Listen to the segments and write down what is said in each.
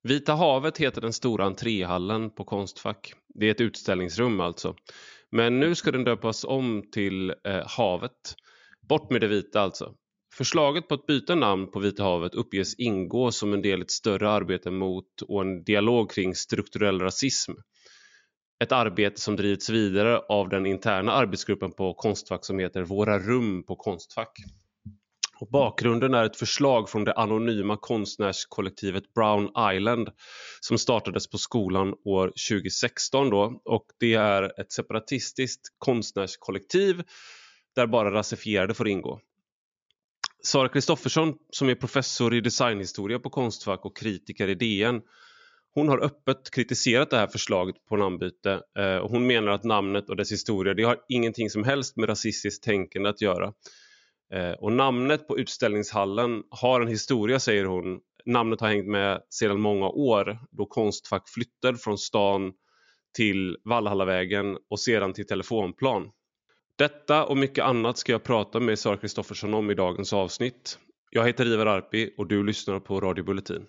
Vita havet heter den stora entréhallen på Konstfack. Det är ett utställningsrum alltså. Men nu ska den döpas om till havet. Bort med det vita alltså. Förslaget på att byta namn på Vita havet uppges ingå som en del i ett större arbete mot och en dialog kring strukturell rasism. Ett arbete som drivits vidare av den interna arbetsgruppen på Konstfack som heter Våra rum på Konstfack. Och bakgrunden är ett förslag från det anonyma konstnärskollektivet Brown Island som startades på skolan år 2016 då, och det är ett separatistiskt konstnärskollektiv där bara rasifierade får ingå. Sara Kristoffersson, som är professor i designhistoria på Konstfack och kritiker i DN, hon har öppet kritiserat det här förslaget på namnbyte och hon menar att namnet och dess historia, det har ingenting som helst med rasistiskt tänkande att göra. Och namnet på utställningshallen har en historia, säger hon. Namnet har hängt med sedan många år då Konstfack flyttade från stan till Valhallavägen och sedan till Telefonplan. Detta och mycket annat ska jag prata med Sara Kristoffersson om i dagens avsnitt. Jag heter Ivar Arpi och du lyssnar på Radio Bulletin.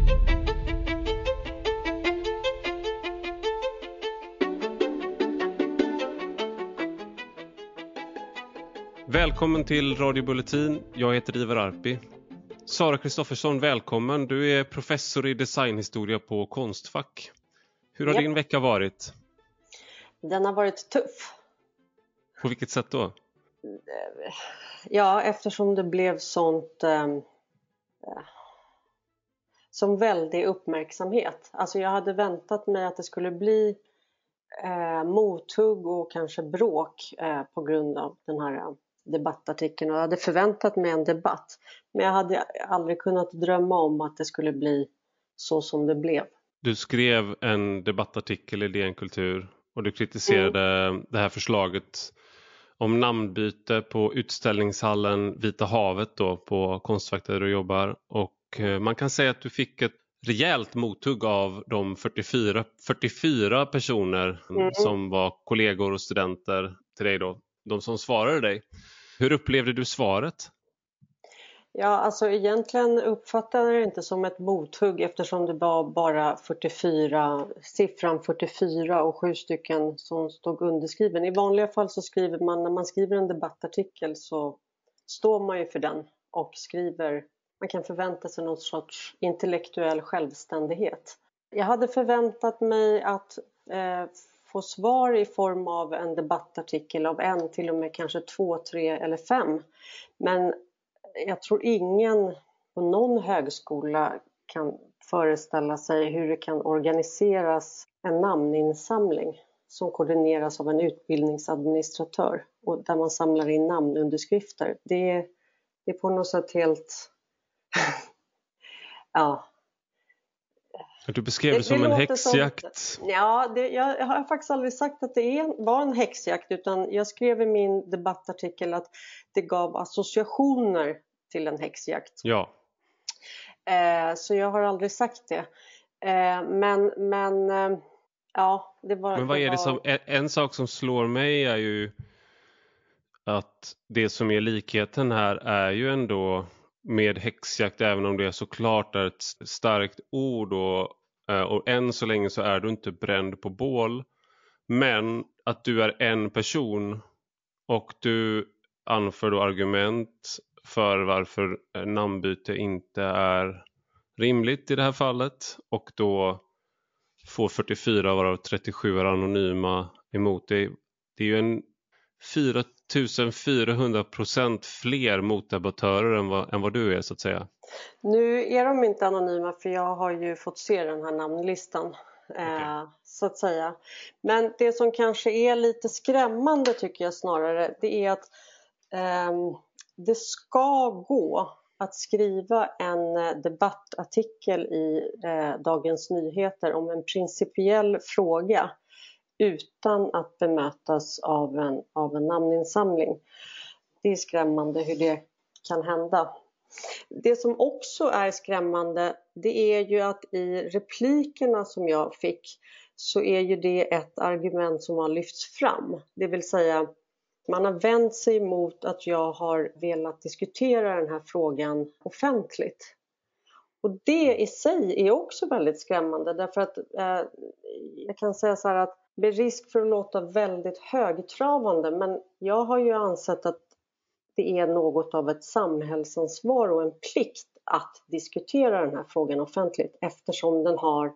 Välkommen till Radio Bulletin. Jag heter Ivar Arpi. Sara Kristoffersson, välkommen. Du är professor i designhistoria på Konstfack. Hur har din vecka varit? Den har varit tuff. På vilket sätt då? Ja, eftersom det blev sånt som väldig uppmärksamhet. Alltså jag hade väntat mig att det skulle bli mothugg och kanske bråk på grund av den här debattartikeln. Och jag hade förväntat mig en debatt. Men jag hade aldrig kunnat drömma om att det skulle bli så som det blev. Du skrev en debattartikel i DN Kultur och du kritiserade det här förslaget om namnbyte på utställningshallen Vita havet då på Konstfack där du jobbar. Och man kan säga att du fick ett rejält mothugg av de 44 personer som var kollegor och studenter till dig då. De som svarade dig. Hur upplevde du svaret? Ja, alltså egentligen uppfattade jag det inte som ett mothugg eftersom det var bara 44, siffran 44 och 7 stycken som stod underskriven. I vanliga fall så skriver man, när man skriver en debattartikel så står man ju för den och skriver, man kan förvänta sig någon sorts intellektuell självständighet. Jag hade förväntat mig att få svar i form av en debattartikel av en, till och med kanske 2, 3 eller 5. Men jag tror ingen på någon högskola kan föreställa sig hur det kan organiseras en namninsamling som koordineras av en utbildningsadministratör och där man samlar in namnunderskrifter. Det är på något sätt helt ja. Du beskrev det som en häxjakt. Jag har faktiskt aldrig sagt att det var en häxjakt, utan jag skrev i min debattartikel att det gav associationer till en häxjakt. Ja. Så jag har aldrig sagt det. Men ja, det var... Men vad är det som... En sak som slår mig är ju att det som är likheten här är ju ändå med häxjakt, även om det såklart är ett starkt ord och än så länge så är du inte bränd på bål, men att du är en person och du anför då argument för varför namnbyte inte är rimligt i det här fallet, och då får 44 varav 37 är anonyma emot dig. Det är ju en 4400% fler motdebattörer än vad du är, så att säga. Nu är de inte anonyma för jag har ju fått se den här namnlistan. Okay. Så att säga. Men det som kanske är lite skrämmande tycker jag snarare, det är att det ska gå att skriva en debattartikel i Dagens Nyheter om en principiell fråga utan att bemötas av en namninsamling. Det är skrämmande hur det kan hända. Det som också är skrämmande, det är ju att i replikerna som jag fick så är ju det ett argument som har lyfts fram. Det vill säga, man har vänt sig mot att jag har velat diskutera den här frågan offentligt. Och det i sig är också väldigt skrämmande, därför att jag kan säga så här att med risk för att låta väldigt högtravande, men jag har ju ansett att det är något av ett samhällsansvar och en plikt att diskutera den här frågan offentligt, eftersom den har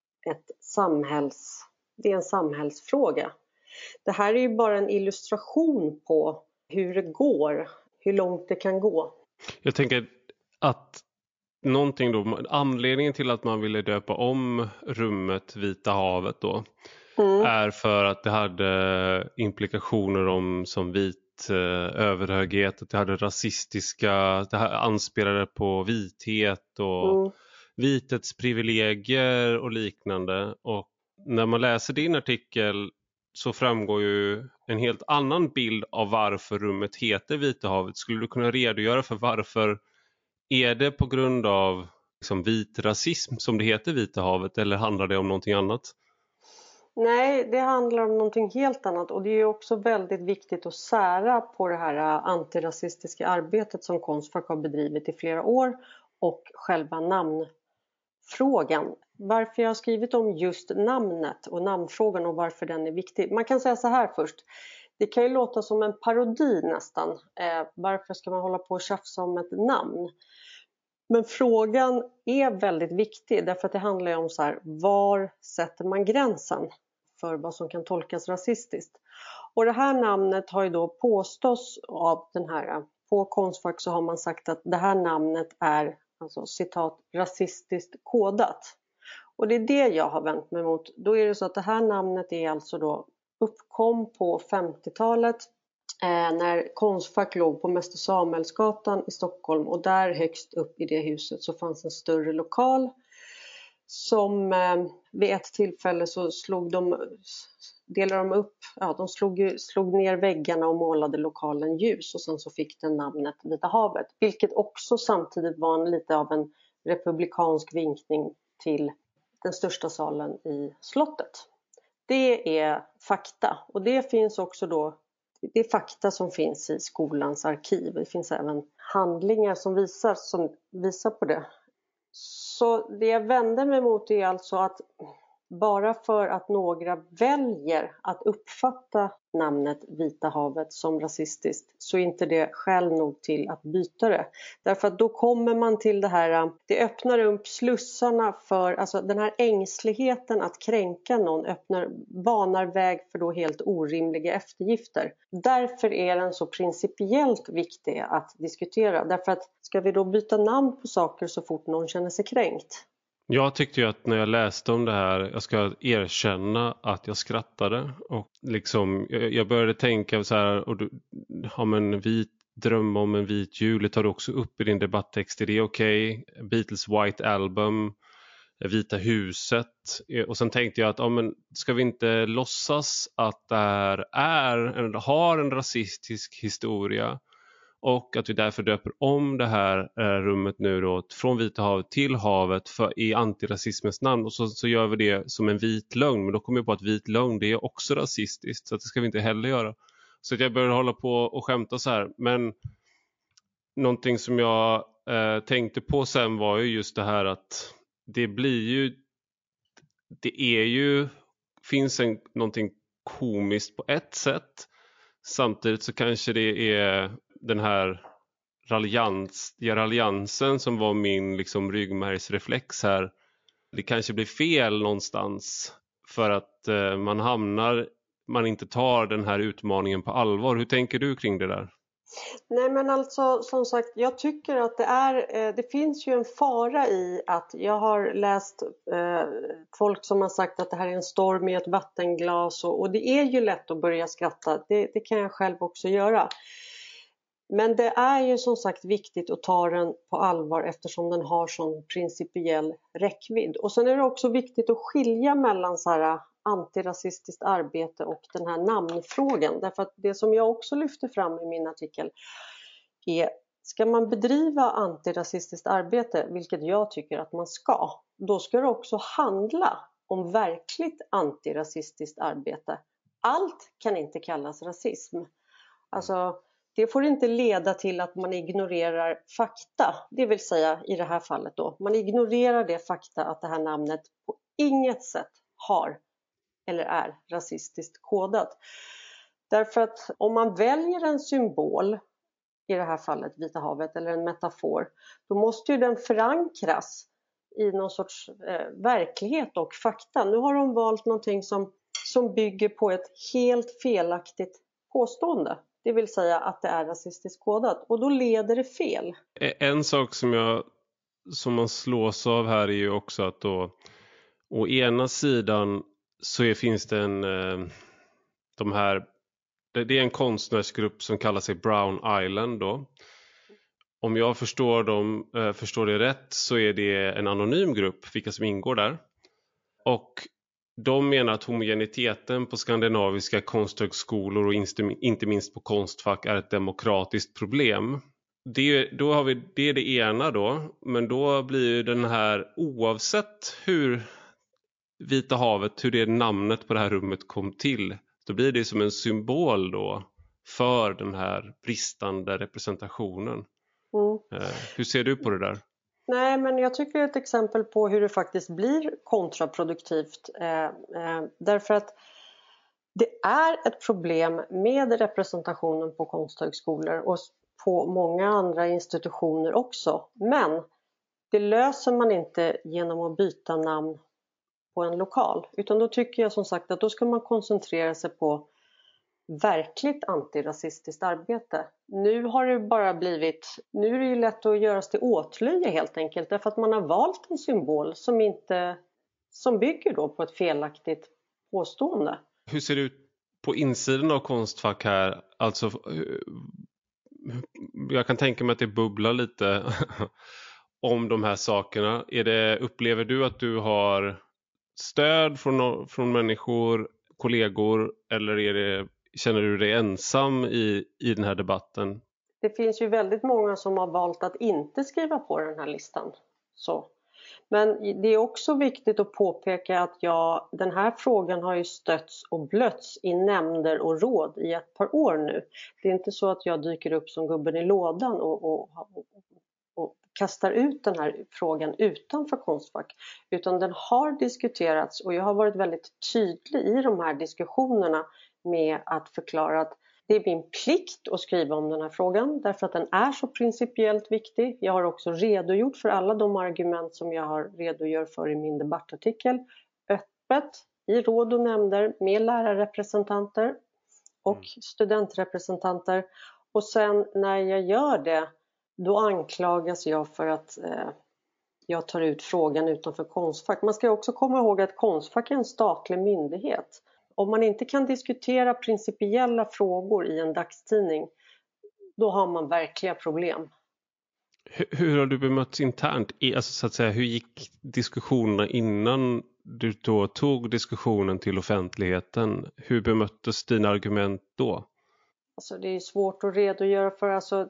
det är en samhällsfråga. Det här är ju bara en illustration på hur det går, hur långt det kan gå. Jag tänker att någonting då, anledningen till att man ville döpa om rummet Vita havet då är för att det hade implikationer om som vit överhöghet, att det hade rasistiska, det här anspelade på vithet och vitets privilegier och liknande. Och när man läser din artikel så framgår ju en helt annan bild av varför rummet heter Vita havet. Skulle du kunna redogöra för varför? Är det på grund av liksom vit rasism som det heter Vita havet, eller handlar det om någonting annat? Nej, det handlar om någonting helt annat, och det är också väldigt viktigt att sära på det här antirasistiska arbetet som Konstfack har bedrivit i flera år och själva namnfrågan. Varför jag har skrivit om just namnet och namnfrågan och varför den är viktig. Man kan säga så här först. Det kan ju låta som en parodi nästan. Varför ska man hålla på och tjafsa om ett namn? Men frågan är väldigt viktig, därför att det handlar om så här, var sätter man gränsen för vad som kan tolkas rasistiskt? Och det här namnet har ju då påstås av den här, på Konstfack så har man sagt att det här namnet är, alltså citat, rasistiskt kodat. Och det är det jag har vänt mig mot. Då är det så att det här namnet är alltså då uppkom på 50-talet när Konstfack låg på Mäster Samuelsgatan i Stockholm, och där högst upp i det huset så fanns en större lokal som vid ett tillfälle så delade de upp, de slog ner väggarna och målade lokalen ljus, och sen så fick den namnet Vita havet, vilket också samtidigt var lite av en republikansk vinkning till den största salen i slottet. Det är fakta, och det finns också då, det är fakta som finns i skolans arkiv. Det finns även handlingar som visar på det. Så det jag vänder mig mot är alltså att bara för att några väljer att uppfatta namnet Vita havet som rasistiskt, så är inte det skäl nog till att byta det. Därför att då kommer man till det här, det öppnar upp slussarna för, alltså den här ängsligheten att kränka någon banar väg för då helt orimliga eftergifter. Därför är den så principiellt viktig att diskutera. Därför att ska vi då byta namn på saker så fort någon känner sig kränkt? Jag tyckte ju att när jag läste om det här, jag ska erkänna att jag skrattade, och liksom jag började tänka så här, och dröm om en vit jul, det tar du också upp i din debatttext, är det okej? Beatles White Album, Vita huset, och sen tänkte jag att ska vi inte låtsas att det här har en rasistisk historia, och att vi därför döper om det här rummet nu då från Vita havet till havet i antirasismens namn, och så gör vi det som en vit lögn. Men då kommer jag på att vit lögn, det är också rasistiskt, så att det ska vi inte heller göra. Så att jag började hålla på och skämta så här. Men någonting som jag tänkte på sen var ju just det här att finns någonting komiskt på ett sätt. Samtidigt så kanske det är den här raljansen som var min liksom ryggmärgsreflex här. Det kanske blir fel någonstans för att man inte tar den här utmaningen på allvar. Hur tänker du kring det där? Nej, men alltså som sagt, jag tycker att det finns ju en fara i att jag har läst folk som har sagt att det här är en storm i ett vattenglas, och det är ju lätt att börja skratta, det kan jag själv också göra. Men det är ju som sagt viktigt att ta den på allvar, eftersom den har sån principiell räckvidd. Och sen är det också viktigt att skilja mellan så här antirasistiskt arbete och den här namnfrågan. Därför att det som jag också lyfter fram i min artikel är, ska man bedriva antirasistiskt arbete, vilket jag tycker att man ska, då ska det också handla om verkligt antirasistiskt arbete. Allt kan inte kallas rasism. Alltså det får inte leda till att man ignorerar fakta. Det vill säga i det här fallet då. Man ignorerar det fakta att det här namnet på inget sätt har eller är rasistiskt kodat. Därför att om man väljer en symbol, i det här fallet Vita havet, eller en metafor, då måste ju den förankras i någon sorts verklighet och fakta. Nu har de valt någonting som bygger på ett helt felaktigt påstående. Det vill säga att det är rasistiskt kodat. Och då leder det fel. En sak som man slås av här är ju också att då, å ena sidan så finns det det är en konstnärsgrupp som kallar sig Brown Island då. Om jag förstår det rätt så är det en anonym grupp, vilka som ingår där. Och de menar att homogeniteten på skandinaviska konsthögskolor och inte minst på Konstfack är ett demokratiskt problem. Det är det ena då, men då blir den här, oavsett hur Vita havet, hur det namnet på det här rummet kom till, då blir det som en symbol då för den här bristande representationen. Hur ser du på det där? Nej, men jag tycker det är ett exempel på hur det faktiskt blir kontraproduktivt. Därför att det är ett problem med representationen på konsthögskolor och på många andra institutioner också. Men det löser man inte genom att byta namn på en lokal. Utan då tycker jag som sagt att då ska man koncentrera sig på verkligt antirasistiskt arbete. Nu är det ju lätt att göras till åtlöje helt enkelt. Därför att man har valt en symbol som bygger då på ett felaktigt påstående. Hur ser det ut på insidan av Konstfack här? Alltså, jag kan tänka mig att det bubblar lite om de här sakerna. Upplever du att du har stöd från människor, kollegor, eller känner du dig ensam i den här debatten? Det finns ju väldigt många som har valt att inte skriva på den här listan. Men det är också viktigt att påpeka att den här frågan har ju stötts och blötts i nämnder och råd i ett par år nu. Det är inte så att jag dyker upp som gubben i lådan och kastar ut den här frågan utanför Konstfack. Utan den har diskuterats och jag har varit väldigt tydlig i de här diskussionerna med att förklara att det är min plikt att skriva om den här frågan därför att den är så principiellt viktig. Jag har också redogjort för alla de argument som jag redogör för i min debattartikel öppet i råd och nämnder med lärarrepresentanter och studentrepresentanter. Och sen när jag gör det, då anklagas jag för att jag tar ut frågan utanför Konstfack. Man ska också komma ihåg att Konstfack är en statlig myndighet. Om man inte kan diskutera principiella frågor i en dagstidning, då har man verkliga problem. Hur har du bemötts internt? Alltså, så att säga, hur gick diskussionerna innan du då tog diskussionen till offentligheten? Hur bemöttes dina argument då? Alltså, det är svårt att redogöra för. Alltså,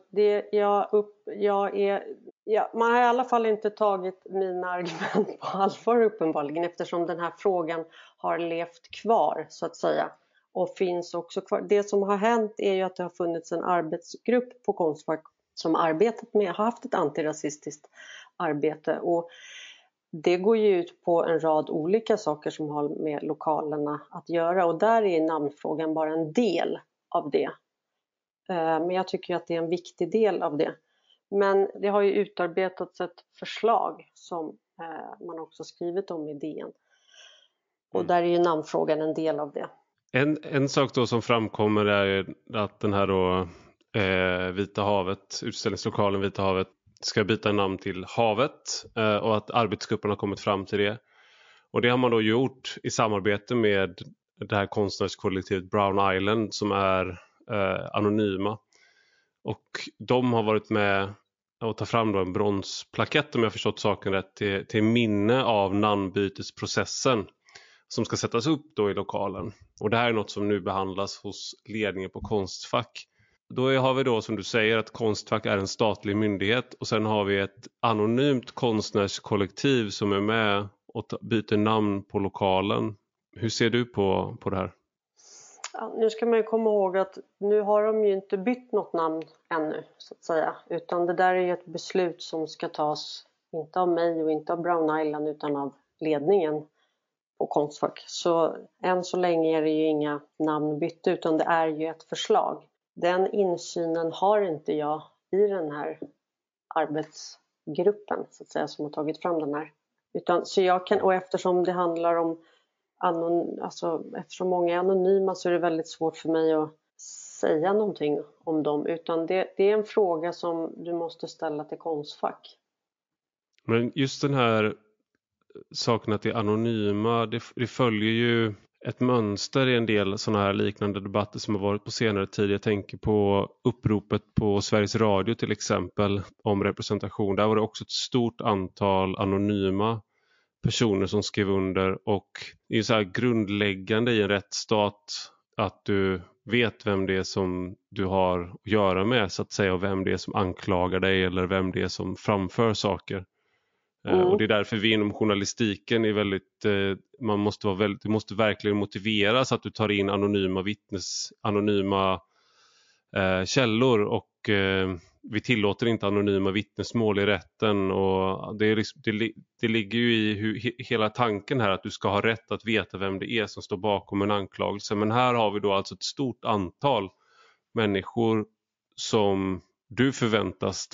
man har i alla fall inte tagit mina argument på allvar uppenbarligen eftersom den här frågan har levt kvar så att säga och finns också kvar. Det som har hänt är ju att det har funnits en arbetsgrupp på Konstfack som har haft ett antirasistiskt arbete och det går ju ut på en rad olika saker som har med lokalerna att göra och där är namnfrågan bara en del av det. Men jag tycker att det är en viktig del av det. Men det har ju utarbetats ett förslag som man också skrivit om i DN. Och där är ju namnfrågan en del av det. En sak då som framkommer är att den här då, Vita havet, utställningslokalen Vita havet ska byta namn till Havet och att arbetsgruppen har kommit fram till det. Och det har man då gjort i samarbete med det här konstnärskollektivet Brown Island som är anonyma. Och de har varit med och ta fram då en bronsplakett om jag förstått saken rätt till minne av namnbytesprocessen som ska sättas upp då i lokalen. Och det här är något som nu behandlas hos ledningen på Konstfack. Då har vi då som du säger att Konstfack är en statlig myndighet och sen har vi ett anonymt konstnärskollektiv som är med och byter namn på lokalen. Hur ser du på det här? Nu ska man ju komma ihåg att nu har de ju inte bytt något namn ännu, så att säga. Utan det där är ju ett beslut som ska tas, inte av mig och inte av Brown Island, utan av ledningen på Konstfack. Så än så länge är det ju inga namnbyte, utan det är ju ett förslag. Den insynen har inte jag i den här arbetsgruppen, så att säga, som har tagit fram den här. Så jag kan, och eftersom det handlar om eftersom många är anonyma, så är det väldigt svårt för mig att säga någonting om dem. Utan det är en fråga som du måste ställa till Konstfack. Men just den här saken att det är anonyma, det följer ju ett mönster i en del sådana här liknande debatter som har varit på senare tid. Jag tänker på uppropet på Sveriges Radio till exempel om representation. Där var det också ett stort antal anonyma personer som skrev under, och det är så här grundläggande i en rättsstat att du vet vem det är som du har att göra med, så att säga, och vem det är som anklagar dig eller vem det är som framför saker. Och det är därför vi inom journalistiken är väldigt, det måste verkligen motiveras att du tar in anonyma källor, och vi tillåter inte anonyma vittnesmål i rätten, och det ligger ju i hela tanken här att du ska ha rätt att veta vem det är som står bakom en anklagelse. Men här har vi då alltså ett stort antal människor som du förväntas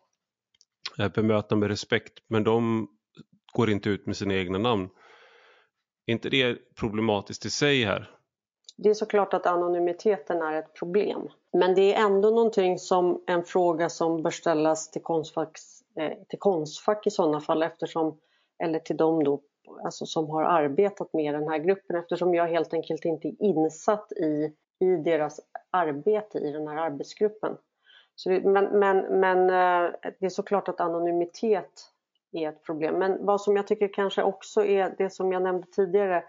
bemöta med respekt, men de går inte ut med sina egna namn. Är inte det problematiskt i sig här? Det är såklart att anonymiteten är ett problem. Men det är ändå någonting som en fråga som bör ställas till Konstfack i sådana fall, eller till dem då, alltså som har arbetat med den här gruppen, eftersom jag helt enkelt inte är insatt i deras arbete i den här arbetsgruppen. Men det är såklart att anonymitet är ett problem. Men vad som jag tycker kanske också är det som jag nämnde tidigare,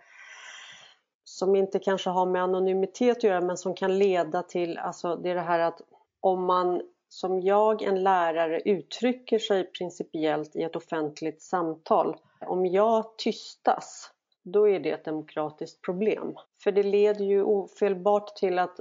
som inte kanske har med anonymitet att göra, men som kan leda till, alltså det är det här att om man som en lärare uttrycker sig principiellt i ett offentligt samtal, om jag tystas, då är det ett demokratiskt problem. För det leder ju ofelbart till att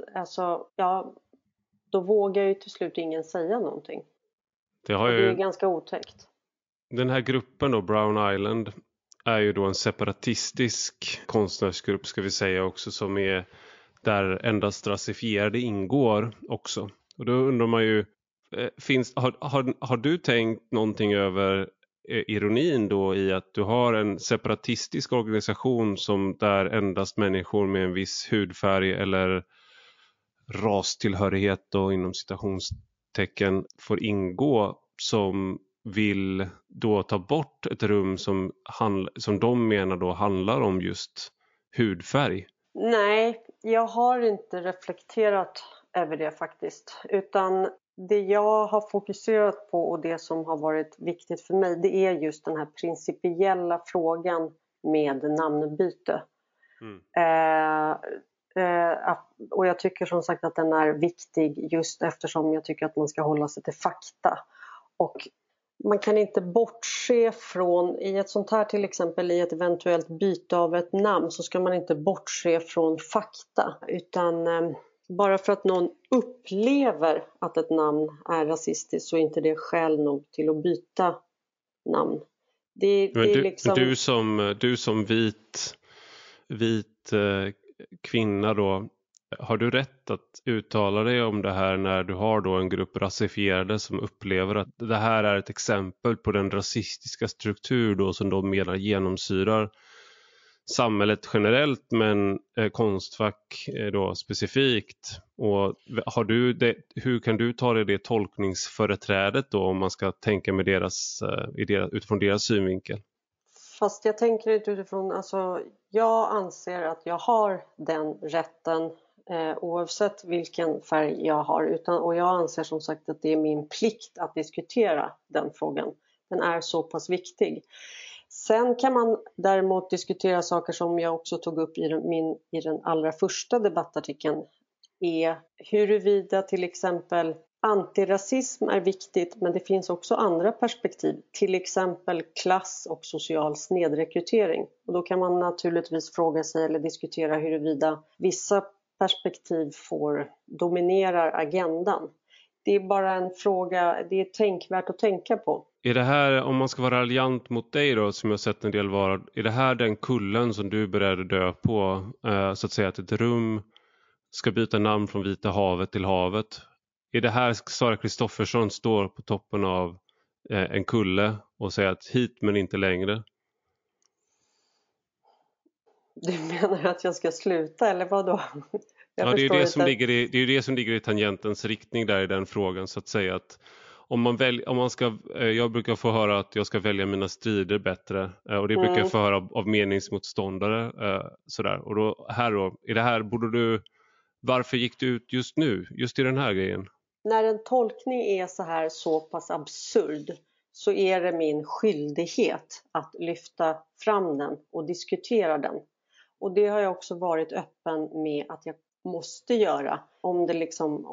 då vågar ju till slut ingen säga någonting. Det är ganska otäckt. Den här gruppen då, Brown Island, är ju då en separatistisk konstnärsgrupp, ska vi säga också, som är där endast rasifierade ingår också. Och då undrar man ju, har du tänkt någonting över ironin då i att du har en separatistisk organisation som där endast människor med en viss hudfärg eller rastillhörighet då, inom citationstecken, får ingå, som vill då ta bort ett rum som de menar då handlar om just hudfärg? Nej, jag har inte reflekterat över det faktiskt. Utan det jag har fokuserat på och det som har varit viktigt för mig, det är just den här principiella frågan med namnbyte. Och jag tycker som sagt att den är viktig just eftersom jag tycker att man ska hålla sig till fakta. Och man kan inte bortse från, i ett sånt här till exempel, i ett eventuellt byte av ett namn, så ska man inte bortse från fakta. Utan bara för att någon upplever att ett namn är rasistiskt, så är inte det skäl nog till att byta namn. Du som vit kvinna då, har du rätt att uttala dig om det här när du har då en grupp rasifierade som upplever att det här är ett exempel på den rasistiska struktur då som de menar genomsyrar samhället generellt, men Konstfack då specifikt? Och hur kan du ta det tolkningsföreträdet då, om man ska tänka med utifrån deras synvinkel? Fast jag tänker inte utifrån, jag anser att jag har den rätten oavsett vilken färg jag har, och jag anser som sagt att det är min plikt att diskutera den frågan. Den är så pass viktig. Sen kan man däremot diskutera saker som jag också tog upp i den allra första debattartikeln, är huruvida till exempel antirasism är viktigt, men det finns också andra perspektiv, till exempel klass och social snedrekrytering. Och då kan man naturligtvis fråga sig eller diskutera huruvida vissa perspektiv dominerar agendan. Det är bara en fråga, det är tänkvärt att tänka på. Är det här, om man ska vara raljant mot dig då, som jag sett en del vara, är det här den kullen som du är beredd att dö på? Så att säga att ett rum ska byta namn från Vita havet till havet. Är det här Sara Kristoffersson står på toppen av en kulle och säger att hit men inte längre? Du menar att jag ska sluta eller vad då? Ja, det är det som ligger det som ligger i tangentens riktning där i den frågan, så att säga att om man ska, jag brukar få höra att jag ska välja mina strider bättre, och det brukar jag få höra av meningsmotståndare sådär, och då är det här, varför gick du ut just nu, just i den här grejen? När en tolkning är så pass absurd så är det min skyldighet att lyfta fram den och diskutera den. Och det har jag också varit öppen med att jag måste göra. Om det liksom,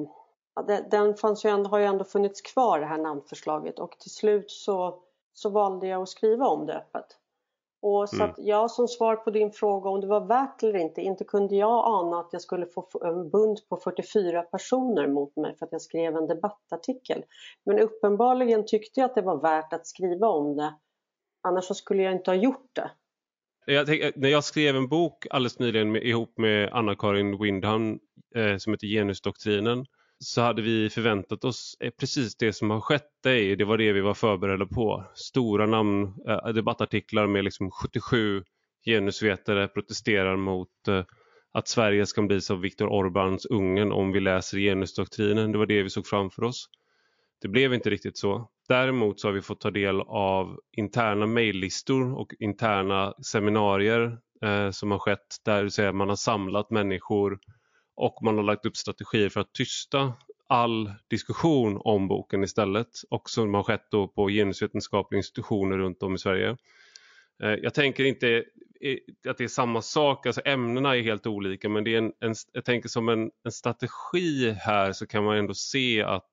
den har ju ändå funnits kvar, det här namnförslaget. Och till slut så valde jag att skriva om det öppet. Och så att jag, som svar på din fråga om det var värt eller inte kunde jag ana att jag skulle få en bunt på 44 personer mot mig för att jag skrev en debattartikel. Men uppenbarligen tyckte jag att det var värt att skriva om det. Annars så skulle jag inte ha gjort det. När jag skrev en bok alldeles nyligen ihop med Anna-Karin Windham som heter Genusdoktrinen, så hade vi förväntat oss precis det som har skett dig. Det var det vi var förberedda på. Stora debattartiklar med liksom 77 genusvetare protesterar mot att Sverige ska bli som Viktor Orbáns Ungern om vi läser genusdoktrinen. Det var det vi såg framför oss. Det blev inte riktigt så. Däremot så har vi fått ta del av interna mejllistor och interna seminarier som har skett, där man har samlat människor och man har lagt upp strategier för att tysta all diskussion om boken istället. Och som har skett då på genusvetenskapliga institutioner runt om i Sverige. Jag tänker inte att det är samma sak, alltså ämnena är helt olika, men det är jag tänker som en strategi här, så kan man ändå se att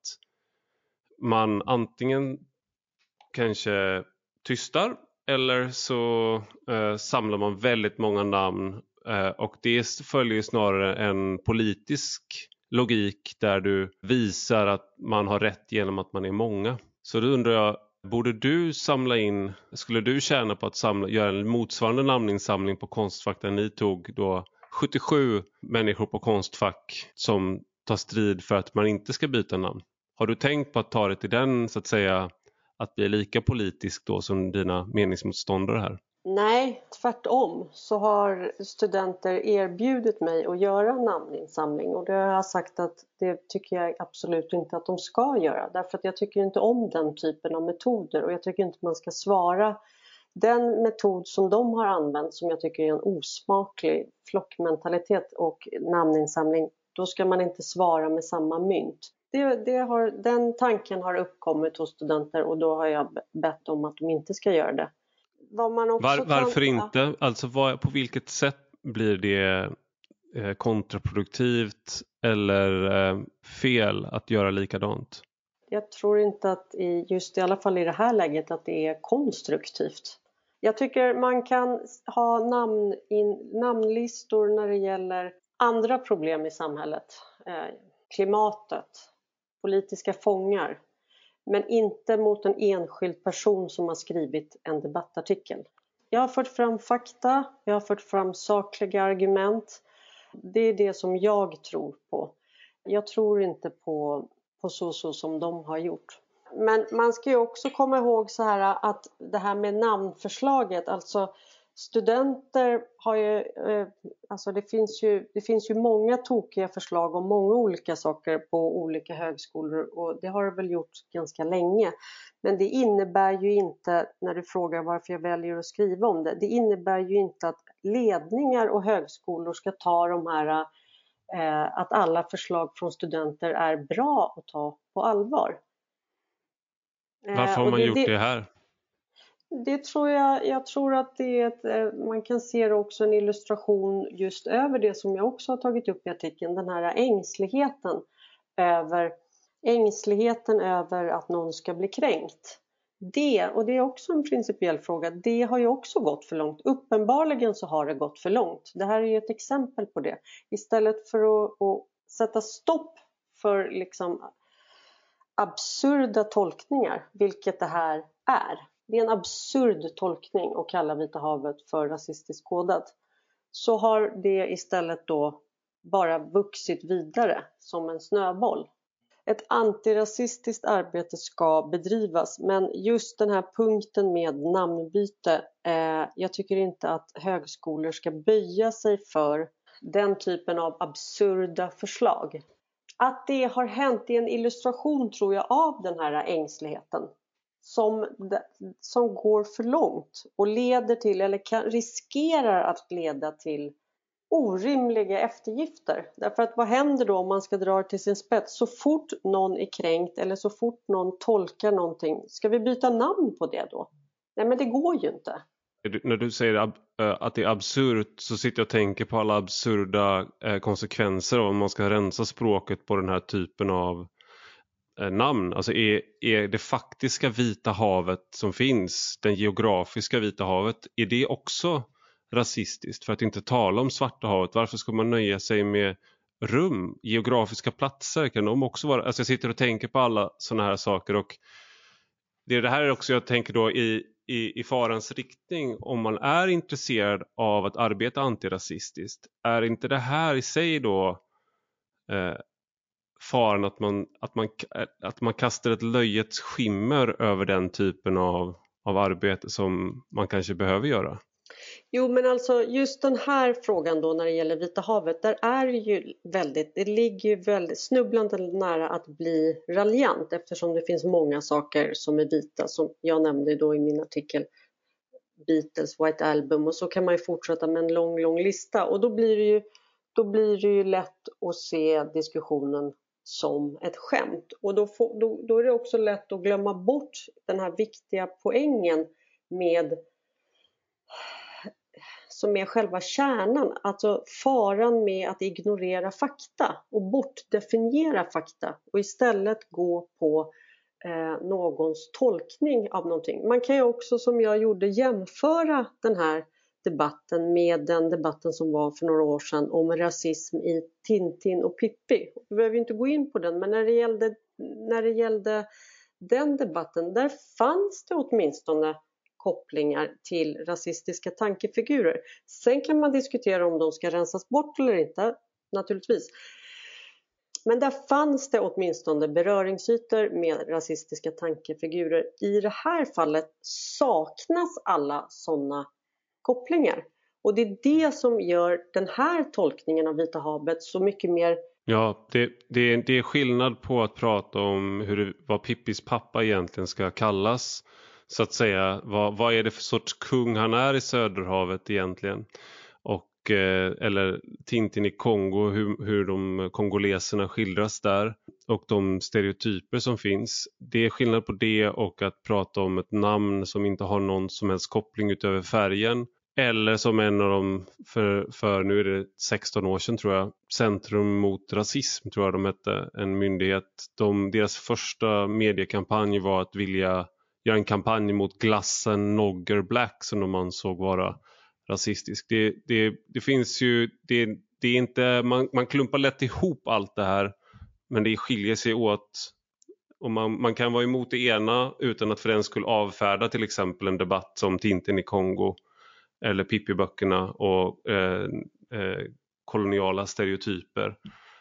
man antingen kanske tystar eller så samlar man väldigt många namn, och det följer snarare en politisk logik där du visar att man har rätt genom att man är många. Så då undrar jag, skulle du tjäna på att göra en motsvarande namninsamling på Konstfack där ni tog då 77 människor på Konstfack som tar strid för att man inte ska byta namn? Har du tänkt på att ta det till den, så att säga, att bli lika politisk då som dina meningsmotståndare här? Nej, tvärtom så har studenter erbjudit mig att göra en namninsamling, och det har jag sagt att det tycker jag absolut inte att de ska göra, därför att jag tycker inte om den typen av metoder, och jag tycker inte man ska svara den metod som de har använt, som jag tycker är en osmaklig flockmentalitet och namninsamling. Då ska man inte svara med samma mynt. Den tanken har uppkommit hos studenter, och då har jag bett om att de inte ska göra det. Varför inte? Alltså på vilket sätt blir det kontraproduktivt eller fel att göra likadant? Jag tror inte att just i alla fall i det här läget att det är konstruktivt. Jag tycker man kan ha namnlistor när det gäller andra problem i samhället. Klimatet, politiska fångar. Men inte mot en enskild person som har skrivit en debattartikel. Jag har fört fram fakta, jag har fört fram sakliga argument. Det är det som jag tror på. Jag tror inte på så som de har gjort. Men man ska ju också komma ihåg så här att det här med namnförslaget, alltså studenter har ju, alltså det finns ju många tokiga förslag om många olika saker på olika högskolor, och det har det väl gjort ganska länge. Men det innebär ju inte, när du frågar varför jag väljer att skriva om det, det innebär ju inte att ledningar och högskolor ska ta de här, att alla förslag från studenter är bra att ta på allvar. Varför har man gjort det här? Det tror jag tror att det är man kan se det också en illustration just över det som jag också har tagit upp i artikeln, den här ängsligheten över att någon ska bli kränkt. och det är också en principiell fråga, det har ju också gått för långt. Uppenbarligen så har det gått för långt. Det här är ju ett exempel på det. Istället för att sätta stopp för liksom absurda tolkningar, vilket det här är. Det är en absurd tolkning att kalla Vita havet för rasistiskt kodat. Så har det istället då bara vuxit vidare som en snöboll. Ett antirasistiskt arbete ska bedrivas, men just den här punkten med namnbyte, jag tycker inte att högskolor ska böja sig för den typen av absurda förslag. Att det har hänt i en illustration, tror jag, av den här ängsligheten som går för långt och leder till, eller riskerar att leda till, orimliga eftergifter. Därför att vad händer då om man ska dra till sin spets? Så fort någon är kränkt eller så fort någon tolkar någonting, ska vi byta namn på det då? Nej, men det går ju inte. När du säger att det är absurt, så sitter jag och tänker på alla absurda konsekvenser om man ska rensa språket på den här typen av namn. Alltså är det faktiska Vita havet som finns, den geografiska Vita havet, är det också rasistiskt? För att inte tala om Svarta havet, varför ska man nöja sig med rum, geografiska platser? Kan de också vara, alltså jag sitter och tänker på alla sådana här saker, och det här är också, jag tänker då i farans riktning, om man är intresserad av att arbeta antirasistiskt, är inte det här i sig då faran att man kastar ett löjets skimmer över den typen av arbete som man kanske behöver göra? Jo, men alltså just den här frågan då när det gäller Vita havet, där är ju det ligger ju väldigt snubblande nära att bli raljant, eftersom det finns många saker som är vita, som jag nämnde då i min artikel Beatles White Album, och så kan man ju fortsätta med en lång lista, och då blir det ju lätt att se diskussionen som ett skämt, och då är det också lätt att glömma bort den här viktiga poängen som är själva kärnan, alltså faran med att ignorera fakta och bortdefiniera fakta och istället gå på någons tolkning av någonting. Man kan ju också, som jag gjorde, jämföra den här debatten med den debatten som var för några år sedan om rasism i Tintin och Pippi. Vi behöver inte gå in på den, men när det gällde den debatten, där fanns det åtminstone kopplingar till rasistiska tankefigurer. Sen kan man diskutera om de ska rensas bort eller inte, naturligtvis. Men där fanns det åtminstone beröringsytor med rasistiska tankefigurer. I det här fallet saknas alla sådana kopplingar. Och det är det som gör den här tolkningen av Vita havet så mycket mer... Ja, det är skillnad på att prata om vad Pippis pappa egentligen ska kallas. Så att säga, vad är det för sorts kung han är i Söderhavet egentligen? Och, eller Tintin i Kongo, hur de kongoleserna skildras där. Och de stereotyper som finns. Det är skillnad på det och att prata om ett namn som inte har någon som helst koppling utöver färgen. Eller som en av dem, för nu är det 16 år sedan tror jag, Centrum mot rasism tror jag de hette, en myndighet. Deras första mediekampanj var att vilja göra en kampanj mot glassen Nogger Black som de ansåg vara rasistisk. Det finns ju, det är inte, man klumpar lätt ihop allt det här, men det skiljer sig åt. Och man kan vara emot det ena utan att för den skulle avfärda till exempel en debatt som Tintin i Kongo eller Pippi-böckerna och koloniala stereotyper.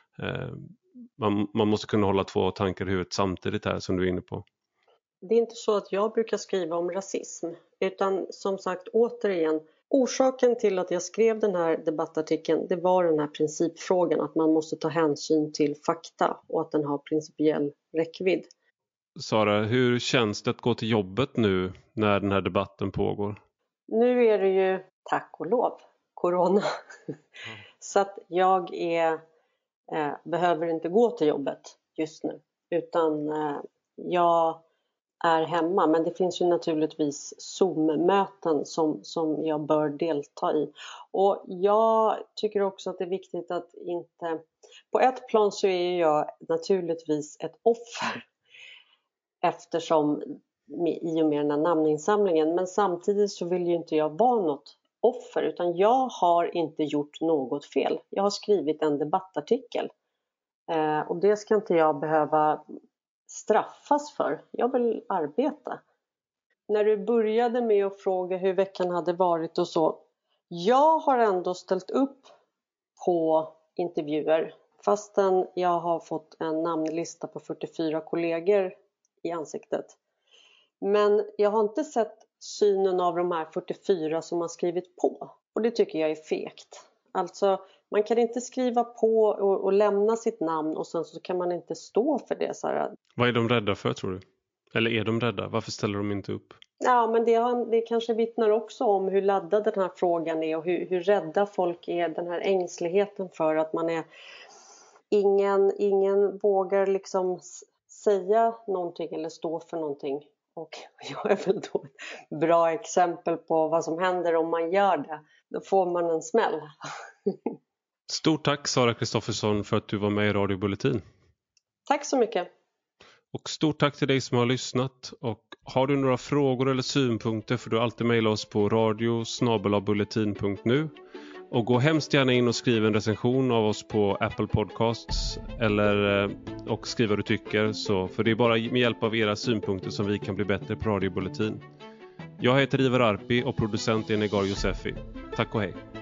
Man måste kunna hålla två tankar i huvudet samtidigt här, som du är inne på. Det är inte så att jag brukar skriva om rasism, utan som sagt, återigen, orsaken till att jag skrev den här debattartikeln, det var den här principfrågan, att man måste ta hänsyn till fakta och att den har principiell räckvidd. Sara, hur känns det att gå till jobbet nu när den här debatten pågår? Nu är det ju, tack och lov, corona. Så att jag behöver inte gå till jobbet just nu, utan jag är hemma. Men det finns ju naturligtvis Zoom-möten som jag bör delta i. Och jag tycker också att det är viktigt att inte... På ett plan så är jag naturligtvis ett offer. Eftersom i och med den här namninsamlingen. Men samtidigt så vill ju inte jag vara något offer, utan jag har inte gjort något fel. Jag har skrivit en debattartikel och det ska inte jag behöva straffas för. Jag vill arbeta. När du började med att fråga hur veckan hade varit och så. Jag har ändå ställt upp på intervjuer fastän jag har fått en namnlista på 44 kollegor i ansiktet. Men jag har inte sett synen av de här 44 som har skrivit på. Och det tycker jag är fegt. Alltså man kan inte skriva på och lämna sitt namn och sen så kan man inte stå för det. Så här. Vad är de rädda för, tror du? Eller är de rädda? Varför ställer de inte upp? Ja, men det kanske vittnar också om hur laddad den här frågan är och hur rädda folk är. Den här ängsligheten för att man är... Ingen vågar liksom säga någonting eller stå för någonting. Och jag är väl då ett bra exempel på vad som händer om man gör det. Då får man en smäll. Stort tack Sara Kristoffersson för att du var med i Radio Bulletin. Tack så mycket. Och stort tack till dig som har lyssnat. Och har du några frågor eller synpunkter får du alltid mejla oss på radio@bulletin.nu. Och gå hemskt gärna in och skriv en recension av oss på Apple Podcasts och skriv vad du tycker. För det är bara med hjälp av era synpunkter som vi kan bli bättre på Radio Bulletin. Jag heter Ivar Arpi och producent är Negar Josefi. Tack och hej.